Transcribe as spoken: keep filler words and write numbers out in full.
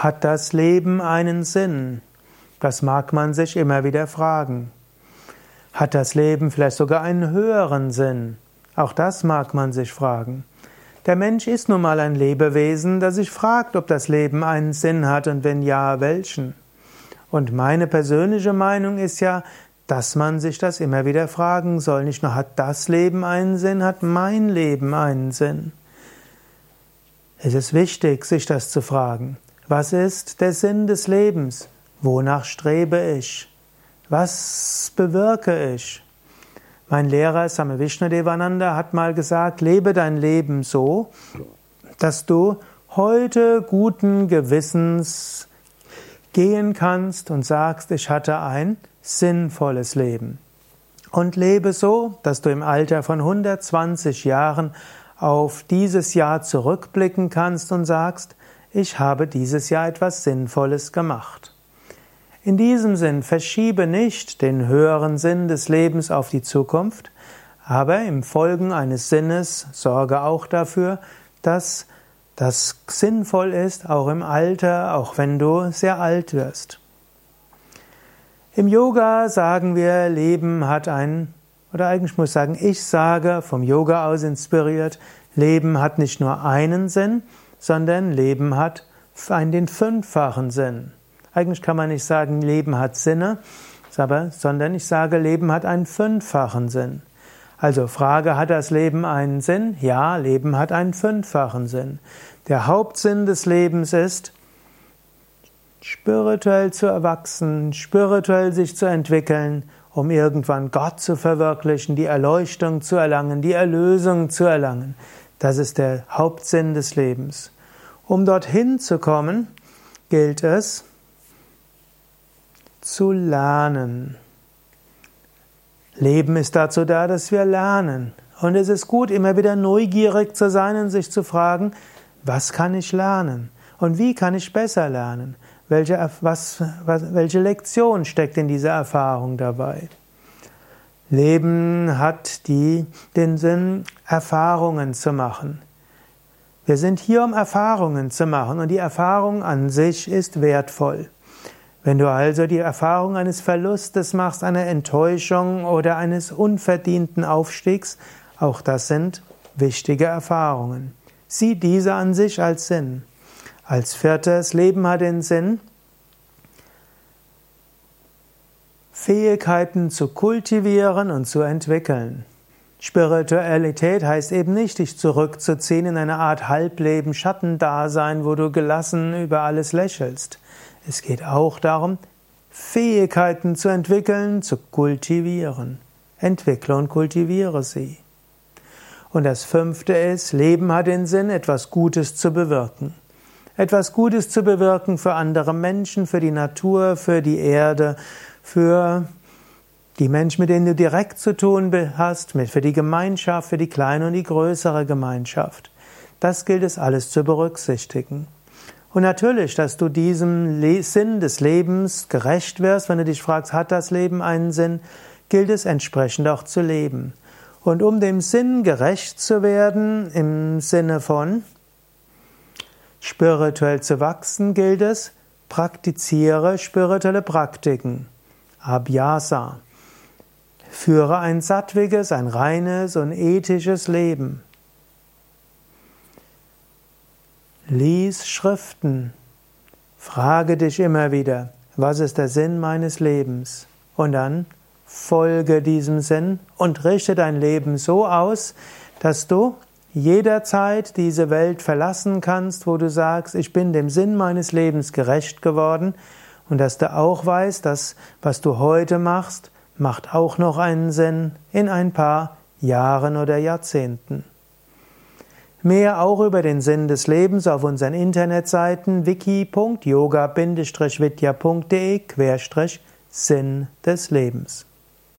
Hat das Leben einen Sinn? Das mag man sich immer wieder fragen. Hat das Leben vielleicht sogar einen höheren Sinn? Auch das mag man sich fragen. Der Mensch ist nun mal ein Lebewesen, das sich fragt, ob das Leben einen Sinn hat und wenn ja, welchen. Und meine persönliche Meinung ist ja, dass man sich das immer wieder fragen soll. Nicht nur hat das Leben einen Sinn, hat mein Leben einen Sinn. Es ist wichtig, sich das zu fragen. Was ist der Sinn des Lebens? Wonach strebe ich? Was bewirke ich? Mein Lehrer Swami Vishnadevananda hat mal gesagt, lebe dein Leben so, dass du heute guten Gewissens gehen kannst und sagst, ich hatte ein sinnvolles Leben. Und lebe so, dass du im Alter von hundertzwanzig Jahren auf dieses Jahr zurückblicken kannst und sagst, ich habe dieses Jahr etwas Sinnvolles gemacht. In diesem Sinn verschiebe nicht den höheren Sinn des Lebens auf die Zukunft, aber im Folgen eines Sinnes sorge auch dafür, dass das sinnvoll ist, auch im Alter, auch wenn du sehr alt wirst. Im Yoga sagen wir, Leben hat ein, oder eigentlich muss ich sagen, ich sage, vom Yoga aus inspiriert, Leben hat nicht nur einen Sinn, sondern Leben hat den fünffachen Sinn. Eigentlich kann man nicht sagen, Leben hat Sinne, aber, sondern ich sage, Leben hat einen fünffachen Sinn. Also Frage, hat das Leben einen Sinn? Ja, Leben hat einen fünffachen Sinn. Der Hauptsinn des Lebens ist, spirituell zu erwachsen, spirituell sich zu entwickeln, um irgendwann Gott zu verwirklichen, die Erleuchtung zu erlangen, die Erlösung zu erlangen. Das ist der Hauptsinn des Lebens. Um dorthin zu kommen, gilt es, zu lernen. Leben ist dazu da, dass wir lernen. Und es ist gut, immer wieder neugierig zu sein und sich zu fragen, was kann ich lernen? Und wie kann ich besser lernen? Welche, was, was, welche Lektion steckt in dieser Erfahrung dabei? Leben hat die, den Sinn, Erfahrungen zu machen. Wir sind hier, um Erfahrungen zu machen, und die Erfahrung an sich ist wertvoll. Wenn du also die Erfahrung eines Verlustes machst, einer Enttäuschung oder eines unverdienten Aufstiegs, auch das sind wichtige Erfahrungen. Sieh diese an sich als Sinn. Als viertes, Leben hat den Sinn, Fähigkeiten zu kultivieren und zu entwickeln. Spiritualität heißt eben nicht, dich zurückzuziehen in eine Art Halbleben, Schattendasein, wo du gelassen über alles lächelst. Es geht auch darum, Fähigkeiten zu entwickeln, zu kultivieren. Entwickle und kultiviere sie. Und das fünfte ist, Leben hat den Sinn, etwas Gutes zu bewirken. Etwas Gutes zu bewirken für andere Menschen, für die Natur, für die Erde, für die Menschen, mit denen du direkt zu tun hast, für die Gemeinschaft, für die kleine und die größere Gemeinschaft. Das gilt es alles zu berücksichtigen. Und natürlich, dass du diesem Le- Sinn des Lebens gerecht wirst, wenn du dich fragst, hat das Leben einen Sinn, gilt es entsprechend auch zu leben. Und um dem Sinn gerecht zu werden, im Sinne von spirituell zu wachsen, gilt es, praktiziere spirituelle Praktiken. Abhyasa. Führe ein sattwiges, ein reines und ethisches Leben. Lies Schriften. Frage dich immer wieder, was ist der Sinn meines Lebens? Und dann folge diesem Sinn und richte dein Leben so aus, dass du jederzeit diese Welt verlassen kannst, wo du sagst, ich bin dem Sinn meines Lebens gerecht geworden, und dass du auch weißt, dass was du heute machst, macht auch noch einen Sinn in ein paar Jahren oder Jahrzehnten. Mehr auch über den Sinn des Lebens auf unseren Internetseiten wiki punkt yoga bindestrich vidya punkt de Sinn des Lebens.